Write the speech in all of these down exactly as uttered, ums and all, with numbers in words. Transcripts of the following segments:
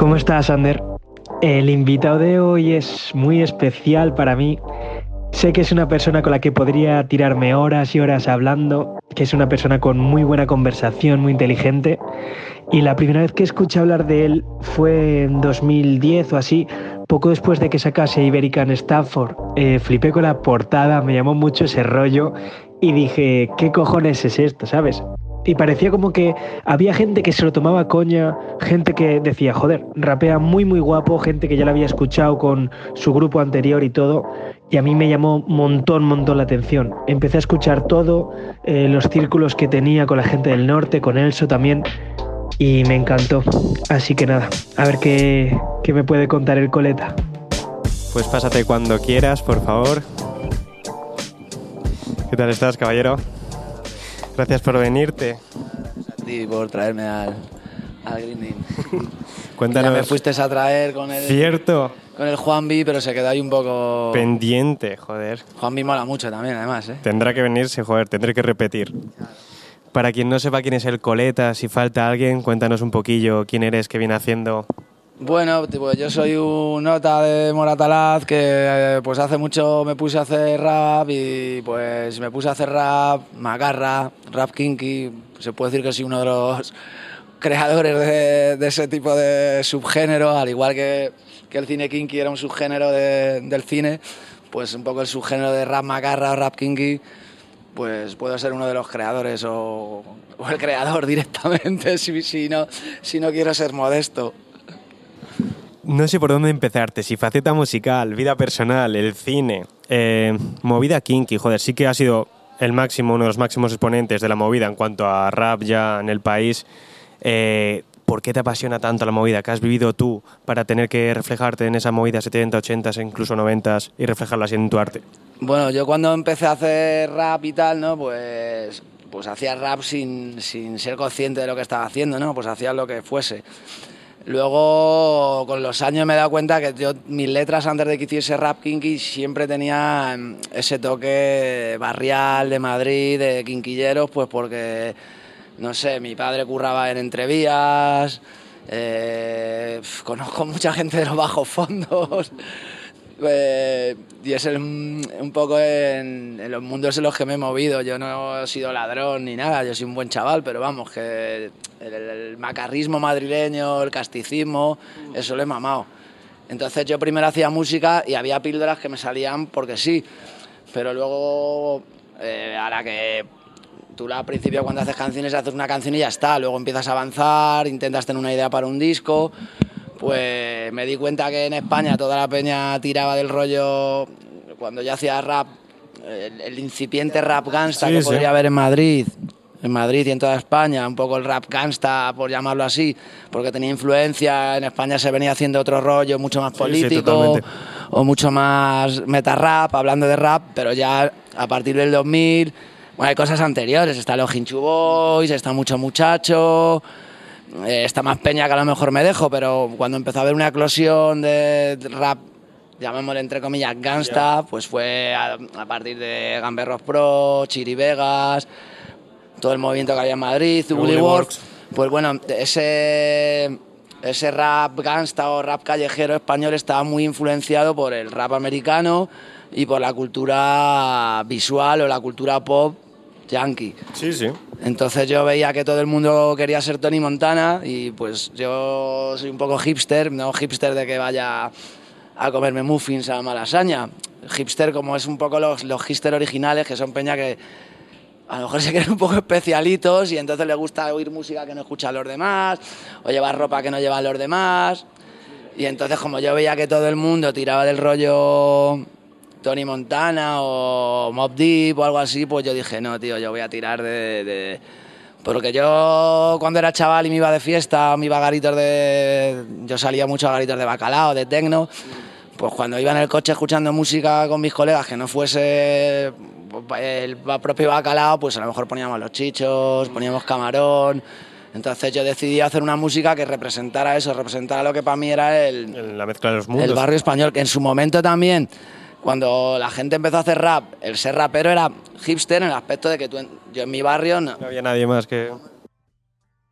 ¿Cómo estás, Ander? El invitado de hoy es muy especial para mí. Sé que es una persona con la que podría tirarme horas y horas hablando, que es una persona con muy buena conversación, muy inteligente. Y la primera vez que escuché hablar de él fue en dos mil diez o así, poco después de que sacase Iberica en Stanford. Eh, flipé con la portada, me llamó mucho ese rollo y dije, ¿qué cojones es esto, sabes? Y parecía como que había gente que se lo tomaba a coña, gente que decía, joder, rapea muy muy guapo, gente que ya lo había escuchado con su grupo anterior y todo, y a mí me llamó montón, montón la atención. Empecé a escuchar todo, eh, los círculos que tenía con la gente del norte, con Elso también, y me encantó. Así que nada, a ver qué, qué me puede contar el coleta. Pues pásate cuando quieras, por favor. ¿Qué tal estás, caballero? Gracias por venirte. A ti por traerme al, al Grinding. Cuéntanos. Ya me fuiste a traer con el, Cierto. con el Juanvi, pero se quedó ahí un poco... Pendiente, joder. Juanvi mola mucho también, además, ¿eh? Tendrá que venirse, joder, tendré que repetir. Para quien no sepa quién es el Coleta, si falta alguien, cuéntanos un poquillo quién eres, qué viene haciendo. Bueno, tipo, yo soy un nota de Moratalaz que eh, pues hace mucho me puse a hacer rap y pues me puse a hacer rap, macarra, rap kinky. Se puede decir que soy uno de los creadores de, de ese tipo de subgénero, al igual que, que el cine kinky era un subgénero de, del cine, pues un poco el subgénero de rap macarra o rap kinky, pues puedo ser uno de los creadores o, o el creador directamente si, si, no, si no quiero ser modesto. No sé por dónde empezarte, si faceta musical, vida personal, el cine, eh, movida kinky, joder, sí que ha sido el máximo, uno de los máximos exponentes de la movida en cuanto a rap ya en el país. Eh, ¿Por qué te apasiona tanto la movida? ¿Qué has vivido tú para tener que reflejarte en esa movida setenta, ochenta, incluso noventa y reflejarla así en tu arte? Bueno, yo cuando empecé a hacer rap y tal, ¿no? Pues, pues hacía rap sin, sin ser consciente de lo que estaba haciendo, ¿no? Pues hacía lo que fuese. Luego, con los años me he dado cuenta que yo, mis letras antes de que hiciese rap kinky siempre tenían ese toque barrial de Madrid, de quinquilleros, pues porque, no sé, mi padre curraba en Entrevías, eh, conozco mucha gente de los bajos fondos, eh, y es el, un poco en, en los mundos en los que me he movido. Yo no he sido ladrón ni nada, yo soy un buen chaval, pero vamos, que el, el macarrismo madrileño, el casticismo, eso lo he mamado. Entonces yo primero hacía música y había píldoras que me salían porque sí, pero luego, eh, ahora que tú al principio cuando haces canciones haces una canción y ya está, luego empiezas a avanzar, intentas tener una idea para un disco. Pues me di cuenta que en España toda la peña tiraba del rollo, cuando yo hacía rap, el, el incipiente rap gangsta sí, que sí. podría haber en Madrid, en Madrid y en toda España, un poco el rap gangsta, por llamarlo así, porque tenía influencia, en España se venía haciendo otro rollo mucho más político, sí, sí, o mucho más meta rap, hablando de rap, pero ya a partir del dos mil, bueno, hay cosas anteriores, está los Hinchu Boys, está Mucho Muchacho... Eh, está más peña que a lo mejor me dejo, pero cuando empezó a haber una eclosión de rap, llamémosle entre comillas gangsta, pues fue a, a partir de Gamberros Pro, Chiri Vegas, todo el movimiento que había en Madrid, Bully Works. Pues bueno, ese, ese rap gangsta o rap callejero español estaba muy influenciado por el rap americano y por la cultura visual o la cultura pop yankee. Sí, sí. Entonces yo veía que todo el mundo quería ser Tony Montana y pues yo soy un poco hipster, no hipster de que vaya a comerme muffins a Malasaña. Hipster como es un poco los, los hipster originales, que son peña que a lo mejor se creen un poco especialitos y entonces les gusta oír música que no escuchan los demás o llevar ropa que no llevan los demás. Y entonces como yo veía que todo el mundo tiraba del rollo Tony Montana o Mobb Deep o algo así, pues yo dije, no, tío, yo voy a tirar de, de... Porque yo cuando era chaval y me iba de fiesta, me iba a garitos de... Yo salía mucho a garitos de bacalao, de tecno, pues cuando iba en el coche escuchando música con mis colegas que no fuese el propio bacalao, pues a lo mejor poníamos Los Chichos, poníamos Camarón. Entonces yo decidí hacer una música que representara eso, representara lo que para mí era el... La mezcla de los mundos. El barrio español, que en su momento también... Cuando la gente empezó a hacer rap, el ser rapero era hipster en el aspecto de que tú, yo en mi barrio no, no había nadie más que...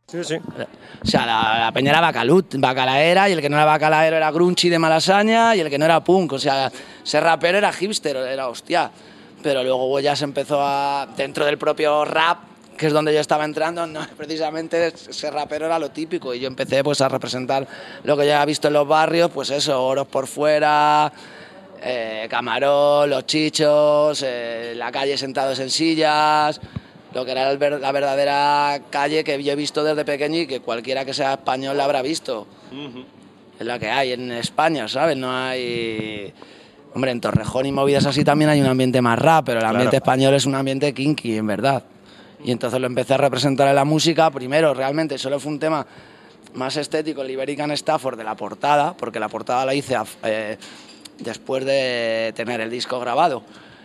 Sí, sí. O sea, la, la peña era bacalut, bacalaera, y el que no era bacalaero era grunchi de Malasaña, y el que no era punk. O sea, ser rapero era hipster, era hostia. Pero luego ya se empezó a... Dentro del propio rap, que es donde yo estaba entrando, no, precisamente ser rapero era lo típico. Y yo empecé pues a representar lo que ya he visto en los barrios, pues eso, Oros por Fuera, eh, Camarón, Los Chichos, eh, la calle sentados en sillas... Lo que era el ver, la verdadera calle que yo he visto desde pequeño y que cualquiera que sea español la habrá visto. Uh-huh. Es la que hay en España, ¿sabes? No hay... Hombre, en Torrejón y movidas así también hay un ambiente más rap, pero el ambiente claro. español es un ambiente kinky, en verdad. Y entonces lo empecé a representar en la música. Primero, realmente, solo fue un tema más estético, el Iberican Stafford de la portada, porque la portada la hice eh, después de tener el disco grabado.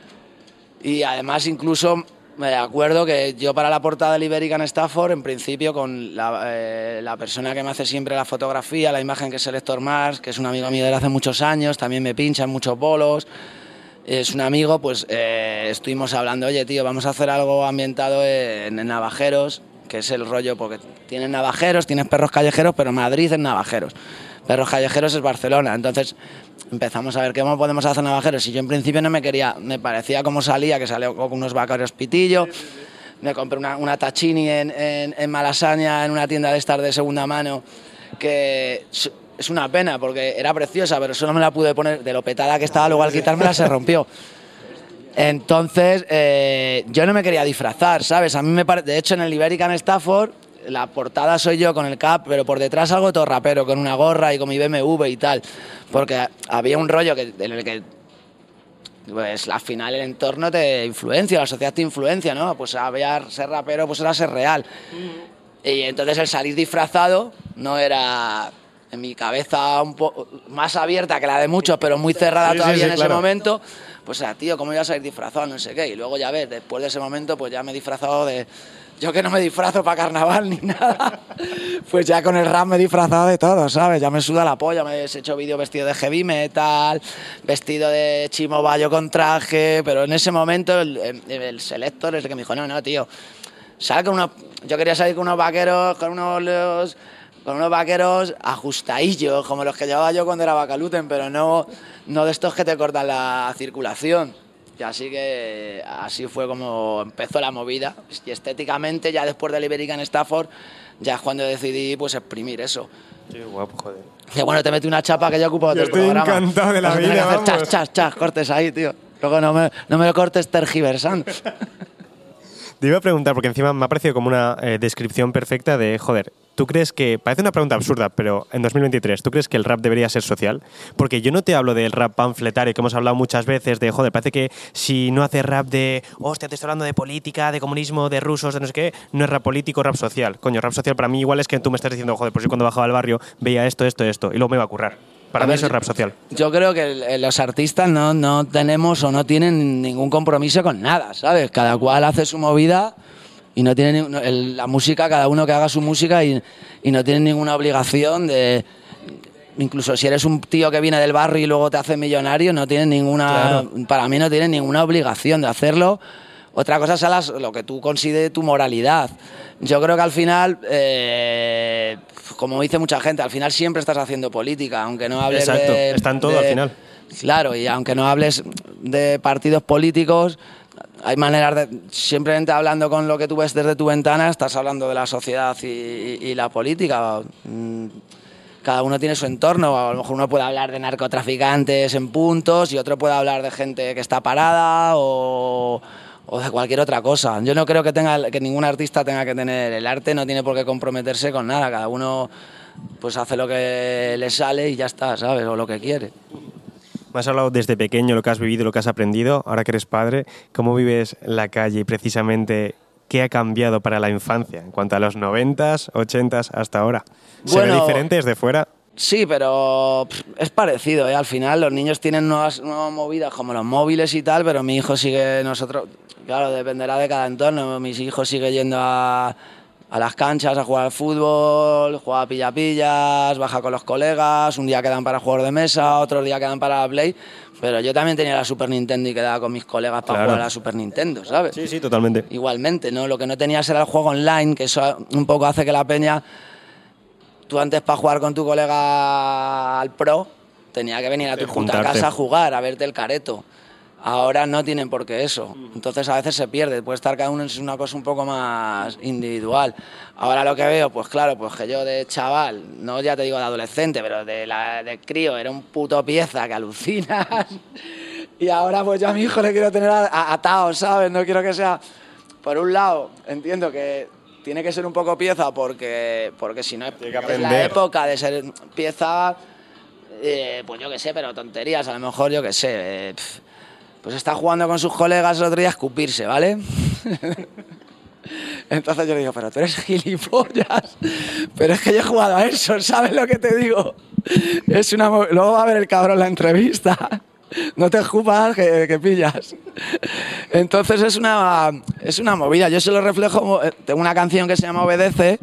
Y además incluso... Me acuerdo que yo para la portada del Iberican Stafford, en principio con la, eh, la persona que me hace siempre la fotografía, la imagen, que es el Héctor Mars, que es un amigo mío de hace muchos años, también me pincha en muchos bolos, es un amigo, pues eh, estuvimos hablando, oye tío, vamos a hacer algo ambientado en, en Navajeros, que es el rollo, porque tienes navajeros, tienes perros callejeros, pero Madrid es Navajeros. Perros callejeros es Barcelona, entonces empezamos a ver cómo podemos hacer navajeros. Y yo en principio no me quería, me parecía como salía, que salía con unos vaqueros pitillo. Me compré una, una Tachini en, en, en Malasaña, en una tienda de estas de segunda mano, que es una pena porque era preciosa, pero solo me la pude poner de lo petada que estaba, luego al quitármela se rompió. Entonces eh, yo no me quería disfrazar, ¿sabes? A mí me pare... De hecho en el Iberican Stafford la portada soy yo con el cap, pero por detrás algo todo rapero, con una gorra y con mi B M W y tal, porque había un rollo que, en el que pues al final el entorno te influencia, la sociedad te influencia, ¿no? Pues había ser rapero, pues era ser real. Mm. Y entonces el salir disfrazado no era, en mi cabeza, un poco más abierta que la de muchos, pero muy cerrada sí, todavía sí, sí, en claro. ese momento. Pues, o sea, tío, ¿cómo iba a salir disfrazado? No sé qué. Y luego ya ves, después de ese momento, pues ya me he disfrazado de... Yo que no me disfrazo para carnaval ni nada, pues ya con el rap me he disfrazado de todo, ¿sabes? Ya me suda la polla, me he hecho vídeo vestido de heavy metal, vestido de Chimo Bayo con traje, pero en ese momento el, el, el selector es el que me dijo, no, no, tío, sal con unos... Yo quería salir con unos vaqueros, con unos... Los, con unos vaqueros ajustadillos, como los que llevaba yo cuando era bacaluten, pero no, no de estos que te cortan la circulación. Y así que así fue como empezó la movida. Y estéticamente, ya después del Iberican Stafford, ya es cuando decidí pues exprimir eso. Qué guapo, joder. Que bueno, te metí una chapa que yo ocupo otro estoy programa. Estoy encantado de la Vas vida, hacer vamos. chas, chas, chas, cortes ahí, tío. Luego no me, no me lo cortes tergiversando. Te iba a preguntar, porque encima me ha parecido como una eh, descripción perfecta de, joder, ¿tú crees que, parece una pregunta absurda, pero en dos mil veintitrés, ¿tú crees que el rap debería ser social? Porque yo no te hablo del rap panfletario, que hemos hablado muchas veces, de, joder, parece que si no haces rap de, hostia, te estoy hablando de política, de comunismo, de rusos, de no sé qué, no es rap político, rap social. Coño, rap social para mí igual es que tú me estás diciendo, joder, pues yo cuando bajaba al barrio veía esto, esto, esto, y luego me iba a currar. Para a mí ver, eso es rap social. Yo creo que los artistas no, no tenemos o no tienen ningún compromiso con nada, ¿sabes? Cada cual hace su movida y no tiene el, la música, cada uno que haga su música y, y no tiene ninguna obligación de... Incluso si eres un tío que viene del barrio y luego te hace millonario, no tiene ninguna... Claro. Para mí no tiene ninguna obligación de hacerlo. Otra cosa es las, lo que tú consideres tu moralidad. Yo creo que al final, eh, como dice mucha gente, al final siempre estás haciendo política, aunque no hables Exacto. de... Está en todo de, al final. Claro, y aunque no hables de partidos políticos, hay maneras de... Simplemente hablando con lo que tú ves desde tu ventana, estás hablando de la sociedad y, y, y la política. Cada uno tiene su entorno, a lo mejor uno puede hablar de narcotraficantes en puntos y otro puede hablar de gente que está parada o... o de cualquier otra cosa. Yo no creo que tenga que ningún artista tenga que tener... El arte no tiene por qué comprometerse con nada. Cada uno pues hace lo que le sale y ya está, ¿sabes? O lo que quiere. Me has hablado desde pequeño lo que has vivido, lo que has aprendido. Ahora que eres padre, ¿cómo vives la calle y precisamente qué ha cambiado para la infancia en cuanto a los noventas, ochentas hasta ahora? ¿Se bueno, ve diferente desde fuera? Sí, pero es parecido, ¿eh? Al final los niños tienen nuevas, nuevas movidas como los móviles y tal, pero mi hijo sigue, nosotros, claro, dependerá de cada entorno. Mis hijos siguen yendo a, a las canchas a jugar al fútbol, juega a pilla-pillas, baja con los colegas, un día quedan para juegos de mesa, otro día quedan para la Play, pero yo también tenía la Super Nintendo y quedaba con mis colegas para Claro. jugar a la Super Nintendo, ¿sabes? Sí, sí, totalmente. Igualmente, ¿no? Lo que no tenías era el juego online, que eso un poco hace que la peña, tú antes para jugar con tu colega al pro, tenía que venir a tu De puta juntarte. casa a jugar, a verte el careto. Ahora no tienen por qué eso. Entonces a veces se pierde. Puede estar cada uno en una cosa un poco más individual. Ahora lo que veo, pues claro, pues que yo de chaval, no ya te digo de adolescente, pero de, la, de crío, era un puto pieza que alucinas. Y ahora pues yo a mi hijo le quiero tener a- a- atado, ¿sabes? No quiero que sea... Por un lado, entiendo que tiene que ser un poco pieza porque, porque si no es, Tiene que es la aprender. época de ser pieza, eh, pues yo qué sé, pero tonterías, a lo mejor yo qué sé. eh, pf, pues está jugando con sus colegas el otro día a escupirse, ¿vale? Entonces yo le digo, pero tú eres gilipollas. Pero es que yo he jugado a eso, ¿sabes lo que te digo? Es una mo- Luego va a ver el cabrón la entrevista. No te escupas que, que pillas. Entonces es una, es una movida. Yo se lo reflejo. Tengo una canción que se llama Obedece,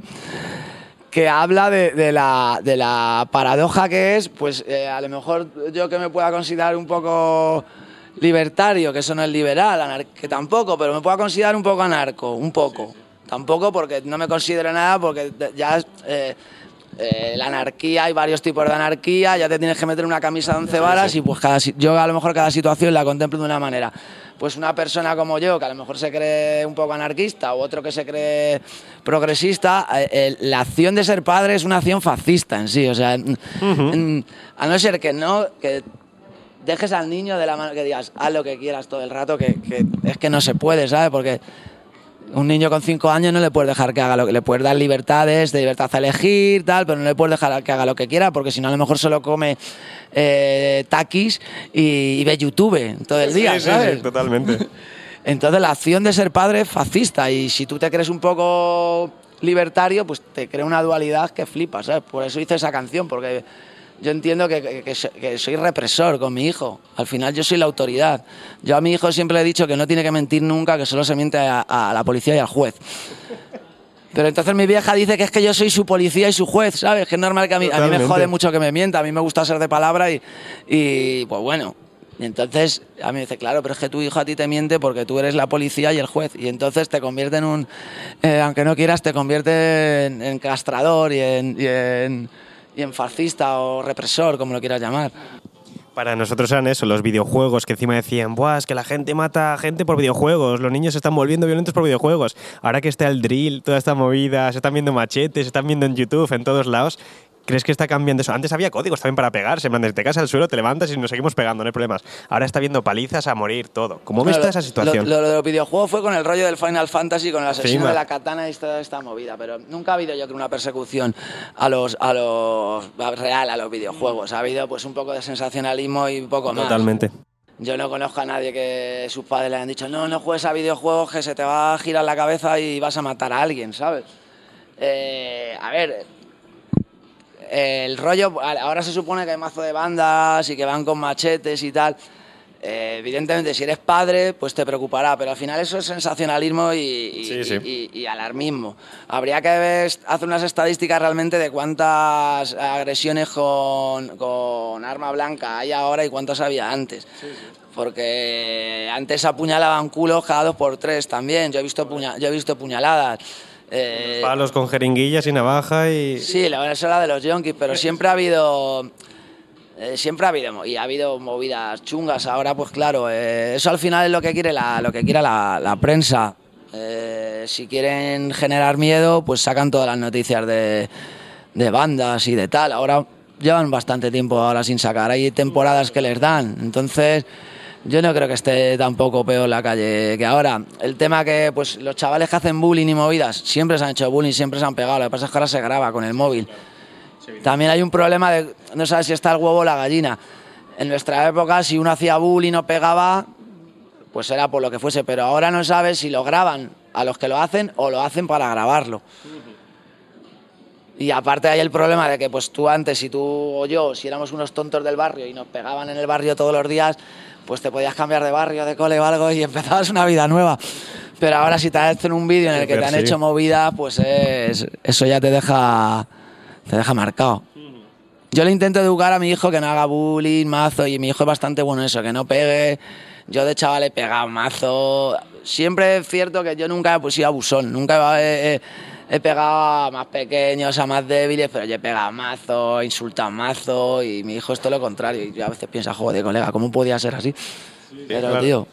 que habla de, de la, de la paradoja que es, pues eh, a lo mejor yo que me pueda considerar un poco libertario, que eso no es liberal, anar- que tampoco, pero me pueda considerar un poco anarco, un poco. Tampoco porque no me considero nada, porque de- ya eh, eh, la anarquía, hay varios tipos de anarquía, ya te tienes que meter una camisa de once varas y pues cada, si- yo a lo mejor cada situación la contemplo de una manera. Pues una persona como yo, que a lo mejor se cree un poco anarquista, o otro que se cree progresista, eh, eh, la acción de ser padre es una acción fascista en sí. O sea, mm, mm, a no ser que no que dejes al niño de la mano, que digas, haz lo que quieras todo el rato, que, que es que no se puede, ¿sabes? Porque un niño con cinco años no le puedes dejar que haga lo que le puedes dar libertades, de libertad a elegir, tal, pero no le puedes dejar que haga lo que quiera, porque si no a lo mejor solo come eh, taquis y, y ve YouTube todo el día, Sí, sí, ¿sabes? sí, totalmente. Entonces la acción de ser padre es fascista y si tú te crees un poco libertario, pues te crea una dualidad que flipas, ¿sabes? Por eso hice esa canción, porque yo entiendo que, que- que so- que soy represor con mi hijo. Al final yo soy la autoridad. Yo a mi hijo siempre le he dicho que no tiene que mentir nunca, que solo se miente a, a la policía y al juez. Pero entonces mi vieja dice que es que yo soy su policía y su juez, ¿sabes? Que es normal que a mí, a mí me Totalmente. jode mucho que me mienta, a mí me gusta ser de palabra y, y pues bueno. Y entonces a mí me dice, claro, pero es que tu hijo a ti te miente porque tú eres la policía y el juez. Y entonces te convierte en un, eh, aunque no quieras, te convierte en, en castrador y en, y, en, y en fascista o represor, como lo quieras llamar. Para nosotros eran eso, los videojuegos, que encima decían, Buah, es que la gente mata a gente por videojuegos, los niños se están volviendo violentos por videojuegos. Ahora que está el drill, toda esta movida, se están viendo machetes, se están viendo en YouTube, en todos lados. ¿Crees que está cambiando eso? Antes había códigos también para pegarse, en plan, desde te caes al suelo, te levantas y nos seguimos pegando, no hay problemas. Ahora está viendo palizas a morir, todo. ¿Cómo ves Bueno, toda esa situación? Lo, lo de los videojuegos fue con el rollo del Final Fantasy, con el asesino Encima. de la katana y toda esta movida, pero nunca ha habido yo creo una persecución a los, a los a- real a los videojuegos. Ha habido pues un poco de sensacionalismo y un poco más. Totalmente. Yo no conozco a nadie que sus padres le hayan dicho no, no juegues a videojuegos que se te va a girar la cabeza y vas a matar a alguien, ¿sabes? Eh, a ver, el rollo, ahora se supone que hay mazo de bandas y que van con machetes y tal. Eh, evidentemente, si eres padre, pues te preocupará, pero al final eso es sensacionalismo y, y- Sí, sí. y- y- y alarmismo. Habría que ver- hacer unas estadísticas realmente de cuántas agresiones con, con arma blanca hay ahora y cuántas había antes. Porque antes apuñalaban culos cada dos por tres también. Yo he visto, puña- yo he visto puñaladas. Eh, Palos con jeringuillas y navaja y... Sí, la eso era de los yonkis, pero siempre ha habido. eh, siempre ha habido y ha habido movidas chungas. Ahora, pues claro, eh, eso al final es lo que quiere la, lo que quiere la, la prensa. Eh, si quieren generar miedo, pues sacan todas las noticias de, de bandas y de tal. Ahora llevan bastante tiempo ahora sin sacar. Hay temporadas que les dan. Entonces, yo no creo que esté tampoco peor la calle que ahora. El tema que pues los chavales que hacen bullying y movidas siempre se han hecho bullying, siempre se han pegado. Lo que pasa es que ahora se graba con el móvil. También hay un problema de no sabes si está el huevo o la gallina. En nuestra época, si uno hacía bullying o pegaba, pues era por lo que fuese. Pero ahora no sabes si lo graban a los que lo hacen o lo hacen para grabarlo. Y aparte hay el problema de que pues tú antes, si tú o yo, si éramos unos tontos del barrio y nos pegaban en el barrio todos los días, pues te podías cambiar de barrio, de cole o algo y empezabas una vida nueva. Pero ahora si te hacen un vídeo en el que te han hecho movidas, pues es, eso ya te deja, te deja marcado. Yo le intento educar a mi hijo que no haga bullying, mazo, y mi hijo es bastante bueno en eso, que no pegue. Yo de chaval he pegado mazo. Siempre es cierto que yo nunca he sido abusón, nunca he, he, he pegado a más pequeños, a más débiles, pero yo he pegado mazo, he insultado mazo, y mi hijo es todo lo contrario. Y yo a veces pienso, joder, colega, ¿cómo podía ser así? Sí, pero, claro. Tío,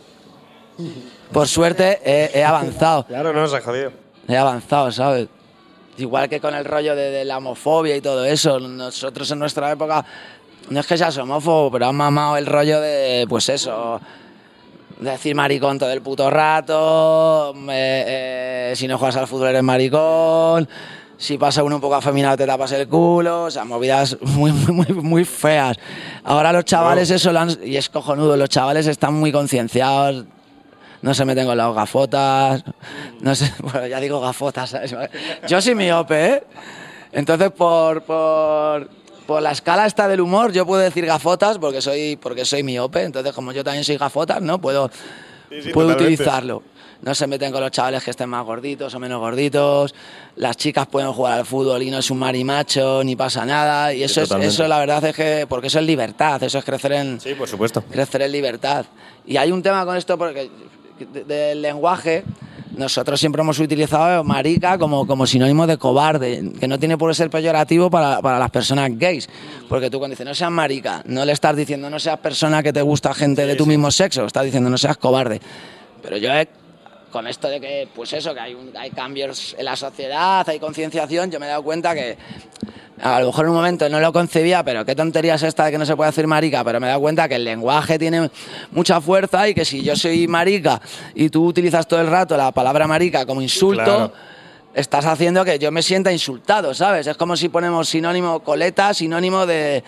por suerte he, he avanzado. Claro, no, se ha jodido. He avanzado, ¿sabes? Igual que con el rollo de, de la homofobia y todo eso, nosotros en nuestra época, no es que seas homófobo, pero han mamado el rollo de, pues eso, de decir maricón todo el puto rato, eh, eh, si no juegas al fútbol eres maricón, si pasa uno un poco afeminado te tapas el culo, o sea, movidas muy, muy, muy, muy feas. Ahora los chavales, no. eso lo han, y es cojonudo, los chavales están muy concienciados. No se meten con las gafotas, no sé, bueno, ya digo gafotas, ¿sabes? Yo soy miope, ¿eh? Entonces, por, por, por la escala esta del humor, yo puedo decir gafotas porque soy, porque soy miope, entonces como yo también soy gafotas, ¿no? Puedo, sí, sí, puedo utilizarlo. No se meten con los chavales que estén más gorditos o menos gorditos, las chicas pueden jugar al fútbol y no es un marimacho, ni pasa nada, y eso, sí, es, eso la verdad es que, porque eso es libertad, eso es crecer en, sí, por supuesto. Crecer en libertad. Y hay un tema con esto porque... del lenguaje, nosotros siempre hemos utilizado marica como, como sinónimo de cobarde, que no tiene por qué ser peyorativo para, para las personas gays, porque tú cuando dices no seas marica, no le estás diciendo no seas persona que te gusta gente de tu sí, mismo sí. sexo, estás diciendo no seas cobarde. Pero yo he, con esto de que, pues eso, que hay, un, hay cambios en la sociedad, hay concienciación, yo me he dado cuenta que a lo mejor en un momento no lo concebía, pero qué tontería es esta de que no se puede decir marica, pero me he dado cuenta que el lenguaje tiene mucha fuerza y que si yo soy marica y tú utilizas todo el rato la palabra marica como insulto, claro. estás haciendo que yo me sienta insultado, ¿sabes? Es como si ponemos sinónimo coleta, sinónimo de,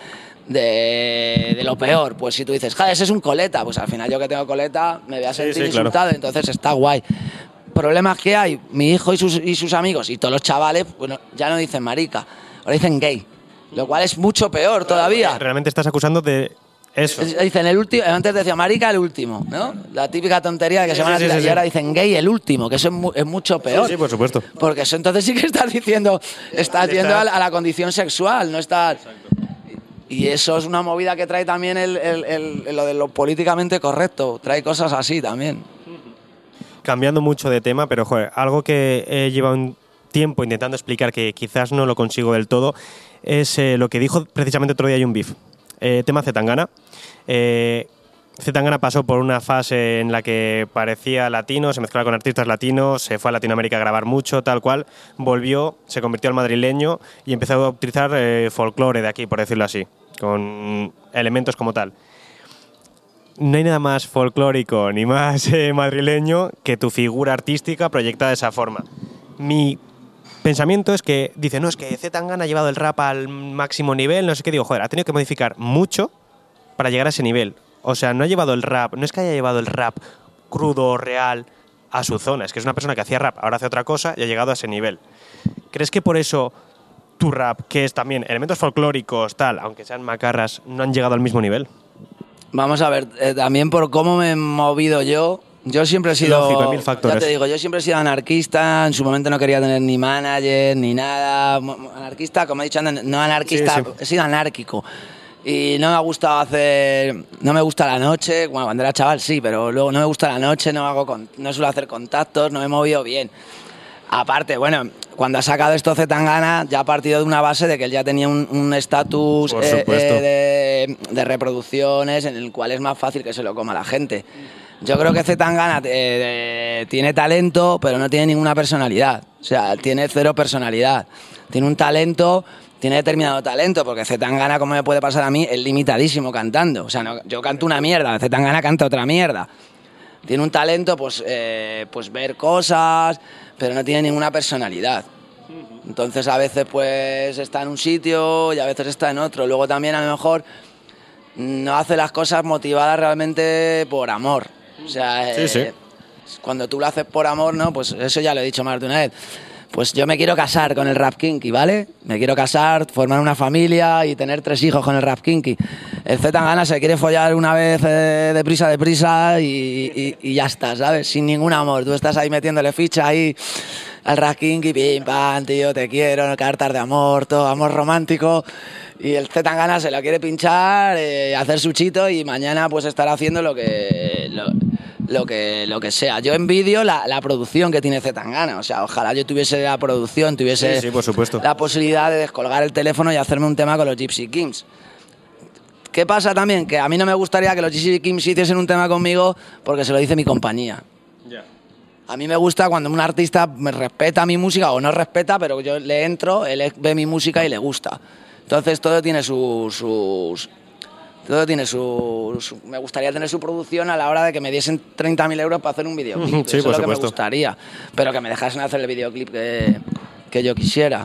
de, de lo peor. Pues si tú dices, joder, ese es un coleta, pues al final yo que tengo coleta me voy a sentir sí, sí, insultado, claro. Entonces está guay. Problemas que hay, mi hijo y sus, y sus amigos y todos los chavales, bueno, ya no dicen marica. Ahora dicen gay, lo cual es mucho peor todavía. Realmente estás acusando de eso. Dicen el último, antes decía marica el último, ¿no? La típica tontería de que sí, se van sí, a tirar sí, sí, y ahora dicen gay el último, que eso es, mu es mucho peor. Sí, sí, por supuesto. Porque eso entonces sí que estás diciendo, estás yendo a la, a la condición sexual, no estás... Y eso es una movida que trae también el, el, el, el, lo de lo políticamente correcto, trae cosas así también. Cambiando mucho de tema, pero joder, algo que he llevado un tiempo intentando explicar que quizás no lo consigo del todo es eh, lo que dijo precisamente otro día hay un beef. Eh, tema Zetangana. Eh, Zetangana pasó por una fase en la que parecía latino, se mezclaba con artistas latinos, se fue a Latinoamérica a grabar mucho, tal cual, volvió, se convirtió al madrileño y empezó a utilizar eh, folclore de aquí, por decirlo así, con elementos como tal. No hay nada más folclórico ni más eh, madrileño que tu figura artística proyectada de esa forma. Mi pensamiento es que dice, no, es que Zetangana ha llevado el rap al máximo nivel, no sé qué, digo, joder, ha tenido que modificar mucho para llegar a ese nivel. O sea, no ha llevado el rap, no es que haya llevado el rap crudo, real, a su zona, es que es una persona que hacía rap, ahora hace otra cosa y ha llegado a ese nivel. ¿Crees que por eso tu rap, que es también elementos folclóricos, tal, aunque sean macarras, no han llegado al mismo nivel? Vamos a ver, eh, también por cómo me he movido yo. Yo siempre he sido, lógico, hay mil factores. Ya te digo, yo siempre he sido anarquista, en su momento no quería tener ni manager, ni nada. Anarquista, como he dicho antes, no anarquista, sí, sí. He sido anárquico. Y no me ha gustado hacer, no me gusta la noche, bueno, cuando era chaval sí, pero luego no me gusta la noche, no hago con, no suelo hacer contactos, no me he movido bien. Aparte, bueno, cuando ha sacado esto Zetangana, ya ha partido de una base de que él ya tenía un estatus eh, eh, de, de reproducciones en el cual es más fácil que se lo coma la gente. Yo creo que Zetangana eh, eh, tiene talento, pero no tiene ninguna personalidad. O sea, tiene cero personalidad. Tiene un talento, tiene determinado talento, porque Zetangana, como me puede pasar a mí, es limitadísimo cantando. O sea, no, yo canto una mierda, Zetangana canta otra mierda. Tiene un talento, pues, eh, pues ver cosas, pero no tiene ninguna personalidad. Entonces a veces pues está en un sitio y a veces está en otro. Luego también a lo mejor no hace las cosas motivadas realmente por amor. O sea, sí, eh, sí. Cuando tú lo haces por amor, ¿no? Pues eso ya lo he dicho más de una vez. Pues yo me quiero casar con el rap kinky, ¿vale? Me quiero casar, formar una familia y tener tres hijos con el rap kinky. El Z Tangana se quiere follar una vez eh, deprisa, deprisa y, y, y ya está, ¿sabes? Sin ningún amor. Tú estás ahí metiéndole ficha ahí al rap kinky, pim, pam, tío, te quiero, cartas de amor, todo amor romántico. Y el Z Tangana se lo quiere pinchar, eh, hacer su chito y mañana pues estará haciendo lo que... Lo, Lo que, lo que sea. Yo envidio la, la producción que tiene Z Tangana. O sea, ojalá yo tuviese la producción, tuviese sí, sí, por supuesto. la posibilidad de descolgar el teléfono y hacerme un tema con los Gypsy Kings. ¿Qué pasa también? Que a mí no me gustaría que los Gypsy Kings hiciesen un tema conmigo porque se lo dice mi compañía. Yeah. A mí me gusta cuando un artista me respeta mi música o no respeta, pero yo le entro, él ve mi música y le gusta. Entonces todo tiene sus... sus Todo tiene su, su... Me gustaría tener su producción a la hora de que me diesen treinta mil euros para hacer un videoclip. Sí, eso por es lo que me supuesto. gustaría. Pero que me dejasen hacer el videoclip que, que yo quisiera.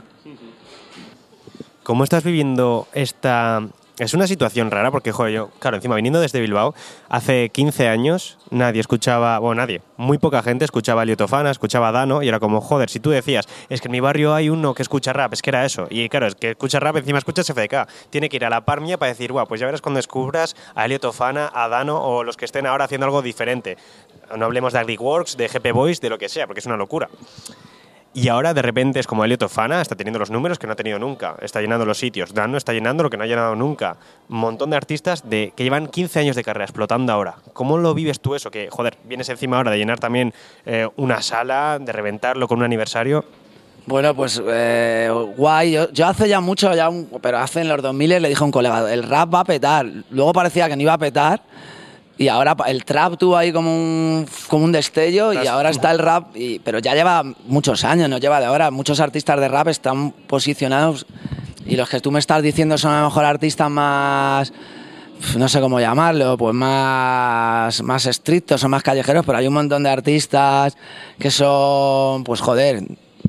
¿Cómo estás viviendo esta...? Es una situación rara porque, joder, yo, claro, encima viniendo desde Bilbao, hace quince años nadie escuchaba, bueno, nadie, muy poca gente escuchaba a Elliot Fana, escuchaba a Dano, y era como, joder, si tú decías, es que en mi barrio hay uno que escucha rap, es que era eso. Y claro, es que escucha rap, encima escucha F D K. Tiene que ir a la par mía para decir, guau, pues ya verás cuando descubras a Elliot Fana, a Dano o los que estén ahora haciendo algo diferente. No hablemos de Agric Works, de G P Boys, de lo que sea, porque es una locura. Y ahora de repente es como Elliot Fana, está teniendo los números que no ha tenido nunca, está llenando los sitios, Dano está llenando lo que no ha llenado nunca. Un montón de artistas de, que llevan quince años de carrera explotando ahora. ¿Cómo lo vives tú eso? Que, joder, vienes encima ahora de llenar también eh, una sala, de reventarlo con un aniversario. Bueno, pues eh, guay. Yo, yo hace ya mucho, ya un, pero hace en los dos mil le dije a un colega, el rap va a petar. Luego parecía que no iba a petar. Y ahora el trap tuvo ahí como un, como un destello y ahora está el rap, y, pero ya lleva muchos años, no lleva de ahora. Muchos artistas de rap están posicionados y los que tú me estás diciendo son a lo mejor artistas más, no sé cómo llamarlo, pues más, más estrictos o más callejeros, pero hay un montón de artistas que son, pues joder,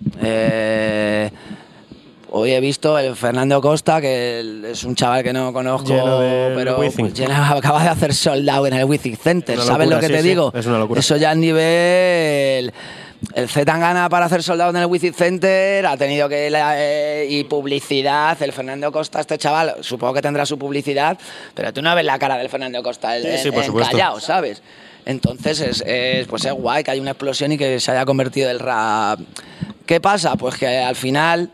eh, hoy he visto el Fernando Costa, que es un chaval que no conozco, pero pues, acaba de hacer sold out en el Wizzing Center. ¿Sabes lo que sí, te sí, digo? Es una locura. Eso ya es nivel... El Z Tangana para hacer sold out en el Wizzing Center ha tenido que... Eh, y publicidad. El Fernando Costa, este chaval, supongo que tendrá su publicidad, pero tú no ves la cara del Fernando Costa el, sí, sí, en, por en supuesto. Callao, ¿sabes? Entonces es, es, pues es guay que haya una explosión y que se haya convertido el rap. ¿Qué pasa? Pues que al final...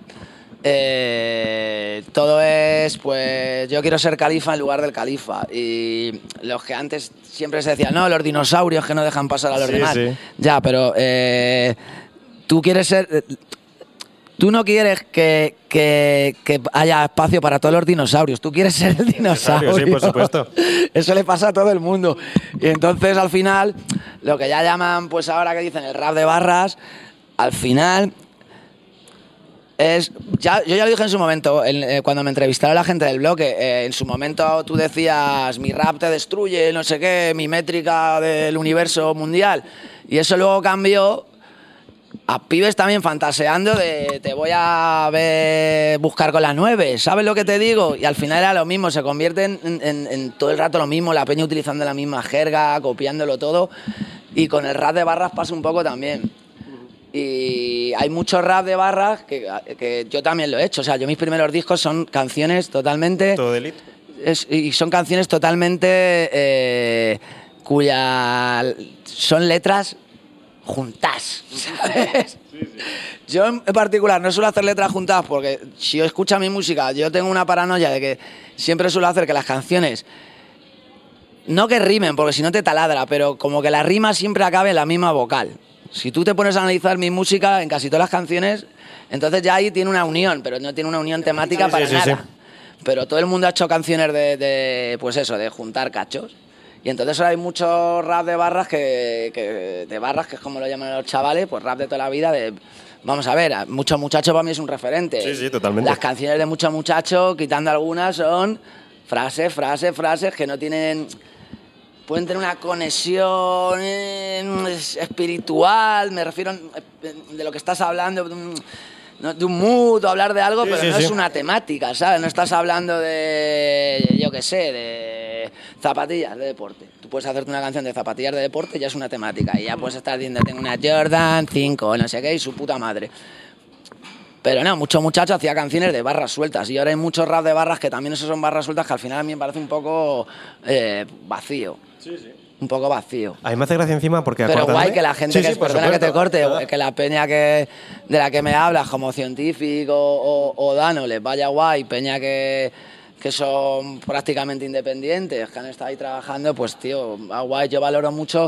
Eh, todo es, pues yo quiero ser califa en lugar del califa. Y los que antes siempre se decían, no, los dinosaurios que no dejan pasar a los sí, demás. Sí. Ya, pero eh, tú quieres ser... Tú no quieres que, que, que haya espacio para todos los dinosaurios. Tú quieres ser el dinosaurio. Sí, por supuesto. Eso le pasa a todo el mundo. Y entonces, al final, lo que ya llaman, pues ahora que dicen el rap de barras, al final... Es, ya, yo ya lo dije en su momento, en, eh, cuando me entrevistaron la gente del bloque, eh, en su momento tú decías, mi rap te destruye, no sé qué, mi métrica del universo mundial, y eso luego cambió a pibes también fantaseando de te voy a ver buscar con las nueve, ¿sabes lo que te digo? Y al final era lo mismo, se convierte en, en, en todo el rato lo mismo, la peña utilizando la misma jerga, copiándolo todo, y con el rap de barras pasa un poco también. Y hay mucho rap de barras que, que yo también lo he hecho. O sea, yo mis primeros discos son canciones totalmente... Todo delito. Es, y son canciones totalmente... Eh, cuya... Son letras juntas, ¿sabes? Sí, sí. Yo en particular no suelo hacer letras juntas porque si yo escucho mi música, yo tengo una paranoia de que siempre suelo hacer que las canciones... No que rimen, porque si no te taladra, pero como que la rima siempre acabe en la misma vocal. Si tú te pones a analizar mi música en casi todas las canciones, entonces ya ahí tiene una unión, pero no tiene una unión temática sí, para sí, nada. Sí, sí. Pero todo el mundo ha hecho canciones de, de, pues eso, de juntar cachos. Y entonces ahora hay mucho rap de barras, que, que de barras, que es como lo llaman los chavales, pues rap de toda la vida, de... Vamos a ver, Mucho Muchacho para mí es un referente. Sí, sí, totalmente. Las canciones de Mucho Muchacho, quitando algunas, son frases, frases, frases que no tienen... Pueden tener una conexión espiritual, me refiero de lo que estás hablando, de un, de un mood o hablar de algo, sí, pero sí, no sí. es una temática, ¿sabes? No estás hablando de, yo qué sé, de zapatillas de deporte. Tú puedes hacerte una canción de zapatillas de deporte y ya es una temática. Y ya puedes estar diciendo, tengo una Jordan cinco, no sé qué, y su puta madre. Pero no, mucho muchacho hacía canciones de barras sueltas y ahora hay muchos rap de barras que también esos son barras sueltas que al final a mí me parece un poco eh, vacío. Sí, sí. Un poco vacío. A mí me hace gracia encima porque... Pero acordándome... guay que la gente sí, que sí, es persona que te corte, claro. Que la peña que de la que me hablas como científico o, o Dano les vaya guay, peña que, que son prácticamente independientes, que han estado ahí trabajando, pues tío, va guay. Yo valoro mucho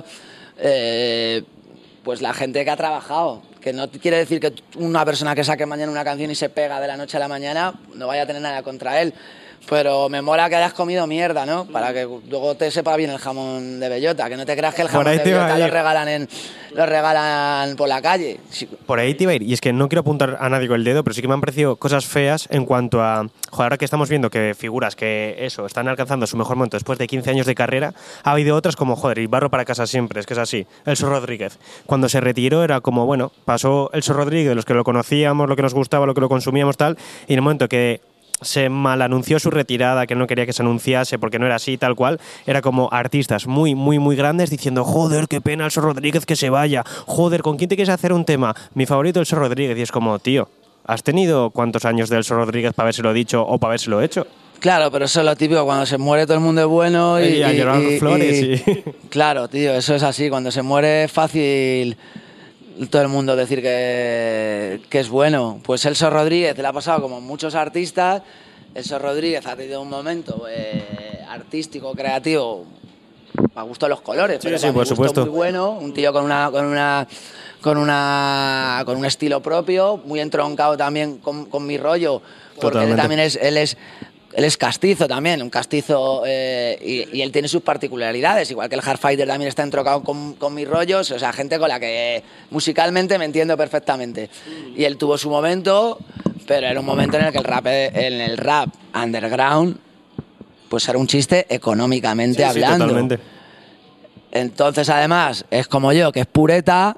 eh, pues la gente que ha trabajado. Que no quiere decir que una persona que saque mañana una canción y se pega de la noche a la mañana no vaya a tener nada contra él. Pero me mola que hayas comido mierda, ¿no? Para que luego te sepa bien el jamón de bellota. Que no te creas que el jamón de bellota lo regalan, en, lo regalan por la calle. Sí. Por ahí te iba a ir. Y es que no quiero apuntar a nadie con el dedo, pero sí que me han parecido cosas feas en cuanto a... Joder, ahora que estamos viendo que figuras que eso, están alcanzando su mejor momento después de quince años de carrera, ha habido otras como, joder, y barro para casa siempre, es que es así. Elso Rodríguez. Cuando se retiró era como, bueno, pasó Elso Rodríguez, los que lo conocíamos, lo que nos gustaba, lo que lo consumíamos, tal, y en el momento que se mal anunció su retirada, que no quería que se anunciase porque no era así, tal cual, era como artistas muy, muy, muy grandes diciendo, joder, qué pena Elso Rodríguez que se vaya, joder, ¿con quién te quieres hacer un tema? Mi favorito Elso Rodríguez. Y es como, tío, ¿has tenido cuántos años de Elso Rodríguez para habérselo dicho o para habérselo hecho? Claro, pero eso es lo típico, cuando se muere todo el mundo es bueno y... Y a llorar y, flores, y, sí. Claro, tío, eso es así, cuando se muere es fácil todo el mundo decir que, que es bueno. Pues Elso Rodríguez le ha pasado como muchos artistas. Elso Rodríguez ha tenido un momento eh, artístico, creativo, a gusto de los colores, sí, pero sí, por supuesto, muy bueno, un tío con una con una con una con un estilo propio, muy entroncado también con, con mi rollo, porque Totalmente. él también es él es Él es castizo también, un castizo, eh, y, y él tiene sus particularidades, igual que el Hardfighter también está entrocado con, con mis rollos, o sea, gente con la que musicalmente me entiendo perfectamente. Y él tuvo su momento, pero era un momento en el que el rap, en el rap underground, pues era un chiste económicamente sí, hablando. Sí, totalmente. Entonces, además, es como yo, que es pureta.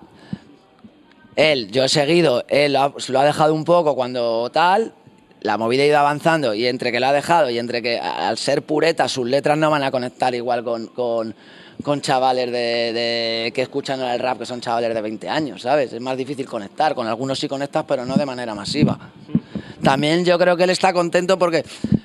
Él, yo he seguido, él lo ha, lo ha dejado un poco cuando tal... La movida ha ido avanzando y entre que lo ha dejado y entre que al ser pureta sus letras no van a conectar igual con, con, con chavales de, de, que escuchan el rap, que son chavales de veinte años, ¿sabes? Es más difícil conectar, con algunos sí conectas, pero no de manera masiva. También yo creo que él está contento porque,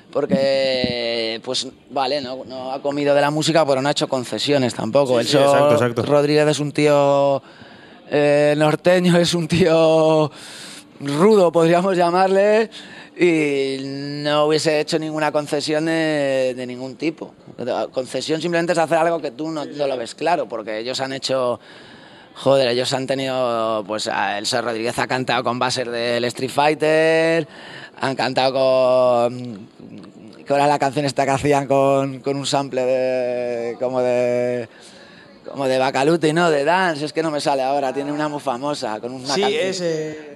porque pues vale, no, no ha comido de la música, pero no ha hecho concesiones tampoco. Sí, sí, exacto, exacto. Rodríguez es un tío eh, norteño, es un tío rudo, podríamos llamarle, y no hubiese hecho ninguna concesión de, de ningún tipo. Concesión simplemente es hacer algo que tú no, no lo ves claro, porque ellos han hecho... Joder, ellos han tenido... Pues Elso Rodríguez ha cantado con Basser del Street Fighter, han cantado con... ¿Qué era la canción esta que hacían con, con un sample de... como de... como de Bacaluti, ¿no? De Dance, es que no me sale ahora, tiene una muy famosa, con una sí, canción... es... Eh...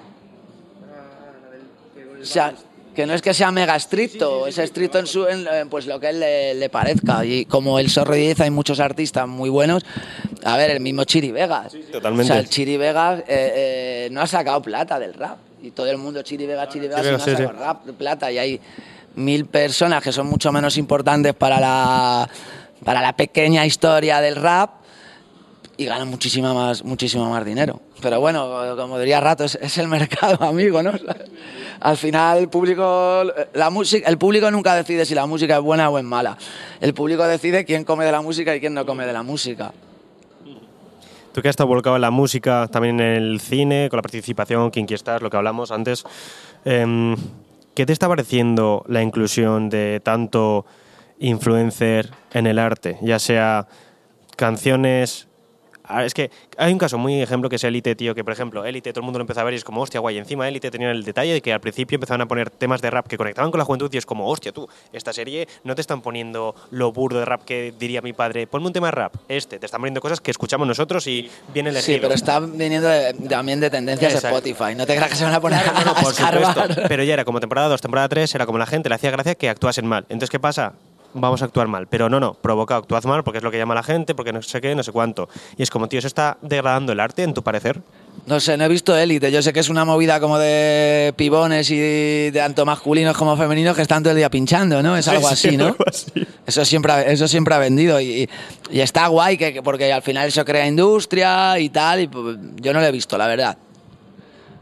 O sea, que no es que sea mega estricto, sí, sí, sí, es estricto en, su, en pues lo que a él le, le parezca. Y como el Elso Rodríguez hay muchos artistas muy buenos. A ver, el mismo Chiri Vegas. Sí, sí, totalmente. O sea, el Chiri Vegas eh, eh, no ha sacado plata del rap. Y todo el mundo Chiri Vegas, Chiri Vegas, sí, no sí, ha sacado sí. rap de plata. Y hay mil personas que son mucho menos importantes para la, para la pequeña historia del rap y ganan muchísima más, muchísimo más dinero. Pero bueno, como diría Rato, es, es el mercado, amigo, ¿no? Al final el público, la música, el público nunca decide si la música es buena o es mala. El público decide quién come de la música y quién no come de la música. Tú que has estado volcado en la música, también en el cine, con la participación, Kinky Stars, lo que hablamos antes, eh, ¿qué te está pareciendo la inclusión de tanto influencer en el arte? Ya sea canciones... Es que hay un caso muy ejemplo que es Élite, tío, que por ejemplo, Élite, todo el mundo lo empezó a ver y es como, hostia, guay. Encima Élite tenía el detalle de que al principio empezaban a poner temas de rap que conectaban con la juventud y es como, hostia, tú, esta serie no te están poniendo lo burdo de rap que diría mi padre, ponme un tema de rap, este, te están poniendo cosas que escuchamos nosotros y viene el estilo. Sí, pero está viniendo de, también de tendencias de Spotify, no te creas que se van a poner claro, a, no, no, por a supuesto, pero ya era como temporada dos, temporada tres, era como la gente le hacía gracia que actuasen mal. Entonces, ¿qué pasa? Vamos a actuar mal, pero no, no, provocado, actuad mal porque es lo que llama la gente, porque no sé qué, no sé cuánto. Y es como, tío, ¿eso está degradando el arte, en tu parecer? No sé, no he visto Élite, yo sé que es una movida como de pibones y de tanto masculinos como femeninos que están todo el día pinchando, ¿no? Es algo sí, así, sí, ¿no? Algo así. Eso siempre, eso siempre ha vendido y, y está guay que, porque al final eso crea industria y tal, y pues, yo no lo he visto, la verdad.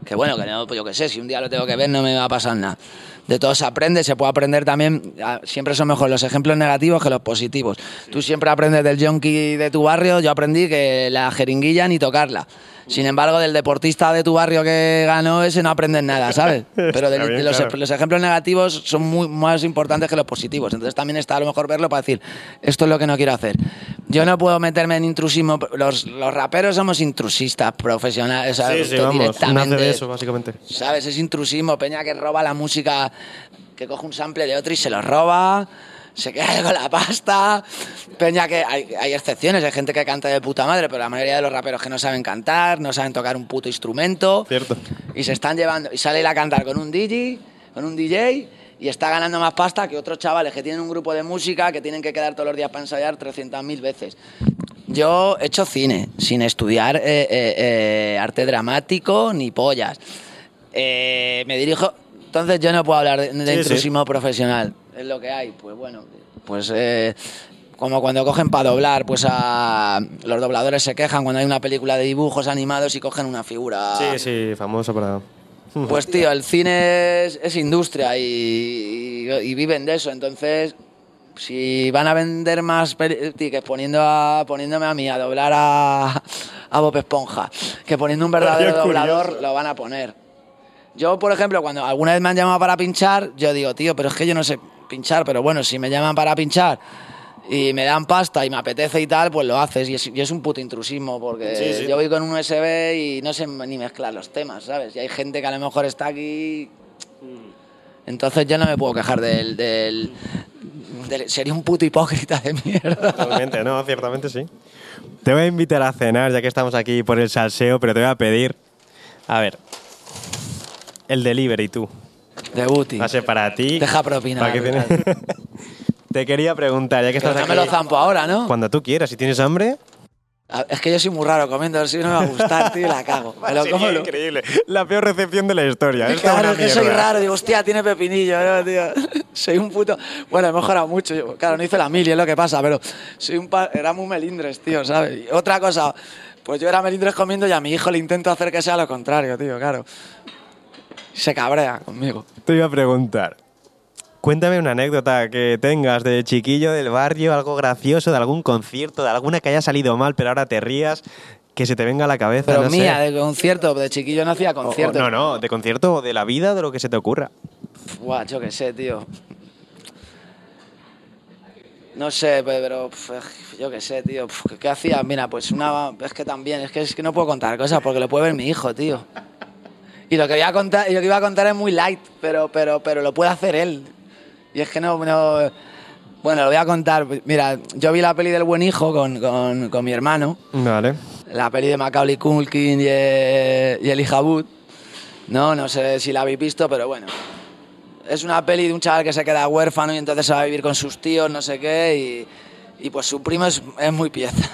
Que bueno, que no, pues yo qué sé, si un día lo tengo que ver no me va a pasar nada. De todo se aprende, se puede aprender también, siempre son mejor los ejemplos negativos que los positivos. Sí. Tú siempre aprendes del yonki de tu barrio, yo aprendí que la jeringuilla ni tocarla. Sin embargo, del deportista de tu barrio que ganó, ese no aprendes nada, ¿sabes? Pero de, bien, de los, claro. los ejemplos negativos son muy más importantes que los positivos. Entonces también está a lo mejor verlo para decir, esto es lo que no quiero hacer. Yo no puedo meterme en intrusismo. Los, los raperos somos intrusistas profesionales. ¿Sabes? Sí, sí, vamos, nace de eso, básicamente. ¿Sabes? Es intrusismo, peña que roba la música, que coge un sample de otro y se lo roba... Se queda con la pasta. Peña que hay, hay excepciones, hay gente que canta de puta madre, pero la mayoría de los raperos que no saben cantar, no saben tocar un puto instrumento. Cierto. Y se están llevando, y sale a cantar con un D J, con un D J, y está ganando más pasta que otros chavales que tienen un grupo de música que tienen que quedar todos los días para ensayar trescientas mil veces. Yo he hecho cine, sin estudiar eh, eh, eh, arte dramático ni pollas. Eh, me dirijo... Entonces yo no puedo hablar de, de sí, intrusismo sí. profesional. Es lo que hay. Pues bueno, pues eh, como cuando cogen para doblar, pues a los dobladores se quejan cuando hay una película de dibujos animados y cogen una figura. Sí, sí, famoso para... Pues tío, el cine es, es industria y, y, y viven de eso. Entonces, si van a vender más tickets poniendo a, poniéndome a mí a doblar a, a Bob Esponja que poniendo un verdadero doblador, lo van a poner. Yo, por ejemplo, cuando alguna vez me han llamado para pinchar, yo digo, tío, pero es que yo no sé pinchar, pero bueno, si me llaman para pinchar y me dan pasta y me apetece y tal, pues lo haces. Y es, y es un puto intrusismo, porque sí, sí. yo voy con un U S B y no sé ni mezclar los temas, ¿sabes? Y hay gente que a lo mejor está aquí... Entonces yo no me puedo quejar del... del, del sería un puto hipócrita de mierda. Totalmente, no, ciertamente sí. Te voy a invitar a cenar, ya que estamos aquí por el salseo, pero te voy a pedir... A ver... El delivery, tú. De Buti. Va a ser para ti. Deja propina. ¿Para tienes... Te quería preguntar, ya que estás aquí... me lo zampo ahora, ¿no? Cuando tú quieras, si tienes hambre... Es que yo soy muy raro comiendo, a ver si no me va a gustar, tío, y la cago. Me lo como, increíble. La peor recepción de la historia. Claro, es que soy raro. Digo, hostia, tiene pepinillo, ¿no, tío? Soy un puto... Bueno, he mejorado mucho. Yo, claro, no hice la mili, es lo que pasa, pero soy un pa... era muy melindres, tío, ¿sabes? Y otra cosa, pues yo era melindres comiendo y a mi hijo le intento hacer que sea lo contrario, tío, claro. Se cabrea conmigo. Te iba a preguntar, cuéntame una anécdota que tengas de chiquillo del barrio, algo gracioso, de algún concierto, de alguna que haya salido mal, pero ahora te rías, que se te venga a la cabeza. Pero no mía, sé. de concierto, de chiquillo no hacía conciertos. O, o, no, no, de concierto o de la vida, de lo que se te ocurra. Buah, yo qué sé, tío. No sé, pero pf, yo qué sé, tío. Pf, ¿Qué hacía? Mira, pues una... Es que también, es que, es que no puedo contar cosas porque lo puede ver mi hijo, tío. Y lo que voy a contar, y lo que iba a contar es muy light, pero, pero, pero lo puede hacer él. Y es que no, no... Bueno, lo voy a contar. Mira, yo vi la peli del Buen Hijo con, con, con mi hermano. Vale. La peli de Macaulay Culkin y, eh, y Elijah Wood. No, no sé si la habéis visto, pero bueno. Es una peli de un chaval que se queda huérfano y entonces se va a vivir con sus tíos, no sé qué, y, y pues su primo es, es muy pieza.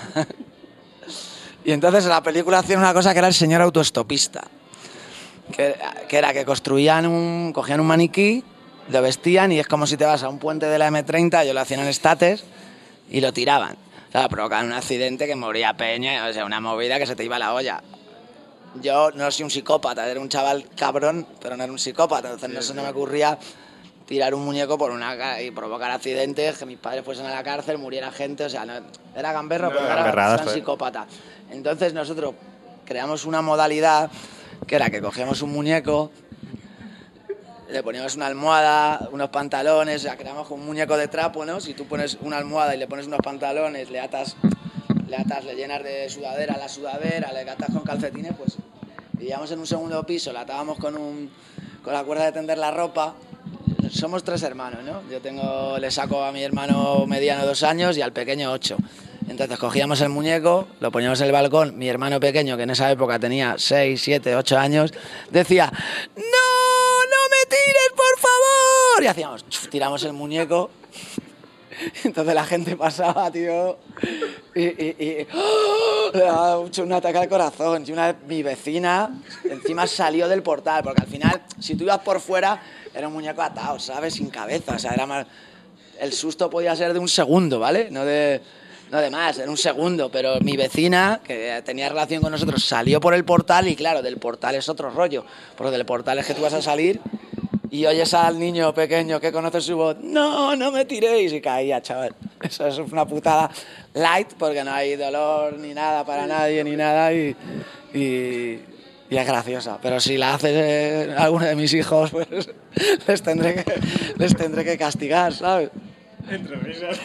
Y entonces en la película hacían una cosa que era el señor autoestopista. Que, que era que construían un, cogían un maniquí, lo vestían y es como si te vas a un puente de la eme treinta, ellos lo hacían en estates y lo tiraban. O sea, provocaban un accidente que moría peña, o sea, una movida que se te iba la olla. Yo no soy un psicópata, era un chaval cabrón, pero no era un psicópata, entonces no se no me ocurría tirar un muñeco por una y provocar accidentes, que mis padres fuesen a la cárcel, muriera gente, o sea, no, era gamberro, no, pero era, era un psicópata. Entonces nosotros creamos una modalidad que era que cogíamos un muñeco, le poníamos una almohada, unos pantalones, o sea, creamos un muñeco de trapo, ¿no? Si tú pones una almohada y le pones unos pantalones, le atas, le atas, le llenas de sudadera a la sudadera, le atas con calcetines, pues vivíamos en un segundo piso, la atábamos con, un, con la cuerda de tender la ropa. Somos tres hermanos, ¿no? Yo tengo, le saco a mi hermano mediano dos años y al pequeño ocho. Entonces cogíamos el muñeco, lo poníamos en el balcón, mi hermano pequeño, que en esa época tenía seis, siete, ocho años, decía, ¡no, no me tires, por favor! Y hacíamos, tiramos el muñeco, entonces la gente pasaba, tío, y, y, y ¡oh! Le daba mucho un ataque al corazón. Y una vez mi vecina encima salió del portal, porque al final, si tú ibas por fuera, era un muñeco atado, ¿sabes? Sin cabeza, o sea, era más... El susto podía ser de un segundo, ¿vale? No de... No de más, en un segundo, pero mi vecina, que tenía relación con nosotros, salió por el portal y claro, del portal es otro rollo, porque del portal es que tú vas a salir y oyes al niño pequeño que conoce su voz, no, no me tiréis, y caía, chaval. Eso es una putada light, porque no hay dolor ni nada para nadie ni nada y, y, y es graciosa. Pero si la hace eh, alguno de mis hijos, pues les tendré que, les tendré que castigar, ¿sabes? Entre risas.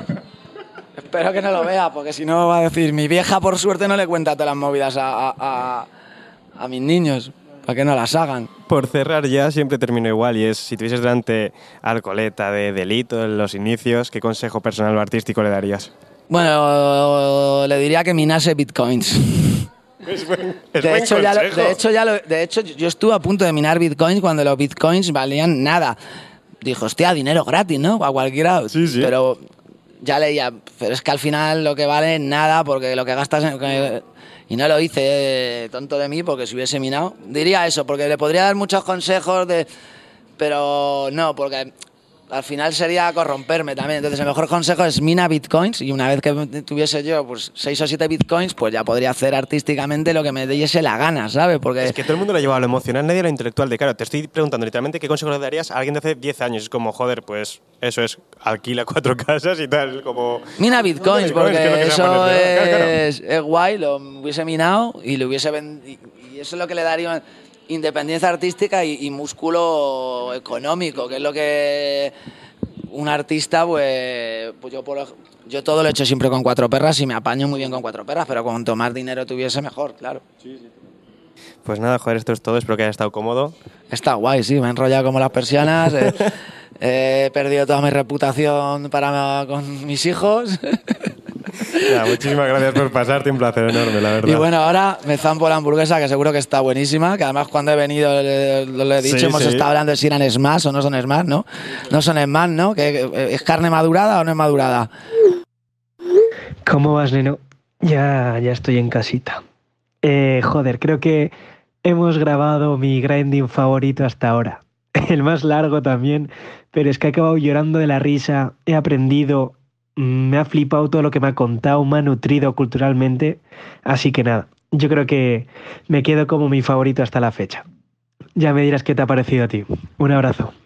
Espero que no lo vea, porque si no va a decir, mi vieja por suerte no le cuenta todas las movidas a, a, a, a mis niños, para que no las hagan. Por cerrar ya, siempre termino igual, y es, si tuvieses delante al coleta de Delito en los inicios, ¿qué consejo personal o artístico le darías? Bueno, le diría que minase bitcoins. Es buen, es De buen hecho, ya lo- consejo. de, hecho, ya lo- de hecho, yo estuve a punto de minar bitcoins cuando los bitcoins valían nada. Dijo, hostia, dinero gratis, ¿no? A cualquiera. Sí, sí. Pero ya leía, pero es que al final lo que vale es nada, porque lo que gastas... En, que- y no lo hice, eh, tonto de mí, porque si hubiese minado. Diría eso, porque le podría dar muchos consejos, de, pero no, porque al final sería corromperme también. Entonces el mejor consejo es mina bitcoins, y una vez que tuviese yo pues seis o siete bitcoins, pues ya podría hacer artísticamente lo que me diese la gana, ¿sabes? Porque Es que todo el mundo lo lleva a lo emocional, nadie a lo intelectual. De claro, te estoy preguntando literalmente qué consejo le darías a alguien de hace diez años. Es como, joder, pues eso es, alquila cuatro casas y tal. Es como... mina bitcoins, Bitcoins, que es lo porque que se va a eso poner de moda, claro, claro. es, es guay, lo hubiese minado y lo hubiese vendido. Y eso es lo que le daría independencia artística y, y músculo económico, que es lo que un artista, pues, pues yo, por, ej- yo todo lo he hecho siempre con cuatro perras y me apaño muy bien con cuatro perras, pero cuanto más dinero tuviese, mejor, claro. Pues nada, joder, esto es todo. Espero que haya estado cómodo. Está guay, sí, me he enrollado como las persianas, eh, he perdido toda mi reputación para con mis hijos. Nada, muchísimas gracias por pasarte, un placer enorme, la verdad. Y bueno, ahora me zampo la hamburguesa, que seguro que está buenísima, que además cuando he venido, eh, lo he dicho, Sí, hemos sí. estado hablando de si eran smash o no son smash, ¿no? No son smash, ¿no? ¿Que, que- ¿Es carne madurada o no es madurada? ¿Cómo vas, Neno? Ya, ya estoy en casita. Eh, joder, creo que hemos grabado mi grinding favorito hasta ahora. El más largo también, pero es que he acabado llorando de la risa, he aprendido, mm, me ha flipado todo lo que me ha contado, me ha nutrido culturalmente, así que nada, yo creo que me quedo como mi favorito hasta la fecha. Ya me dirás qué te ha parecido a ti. Un abrazo.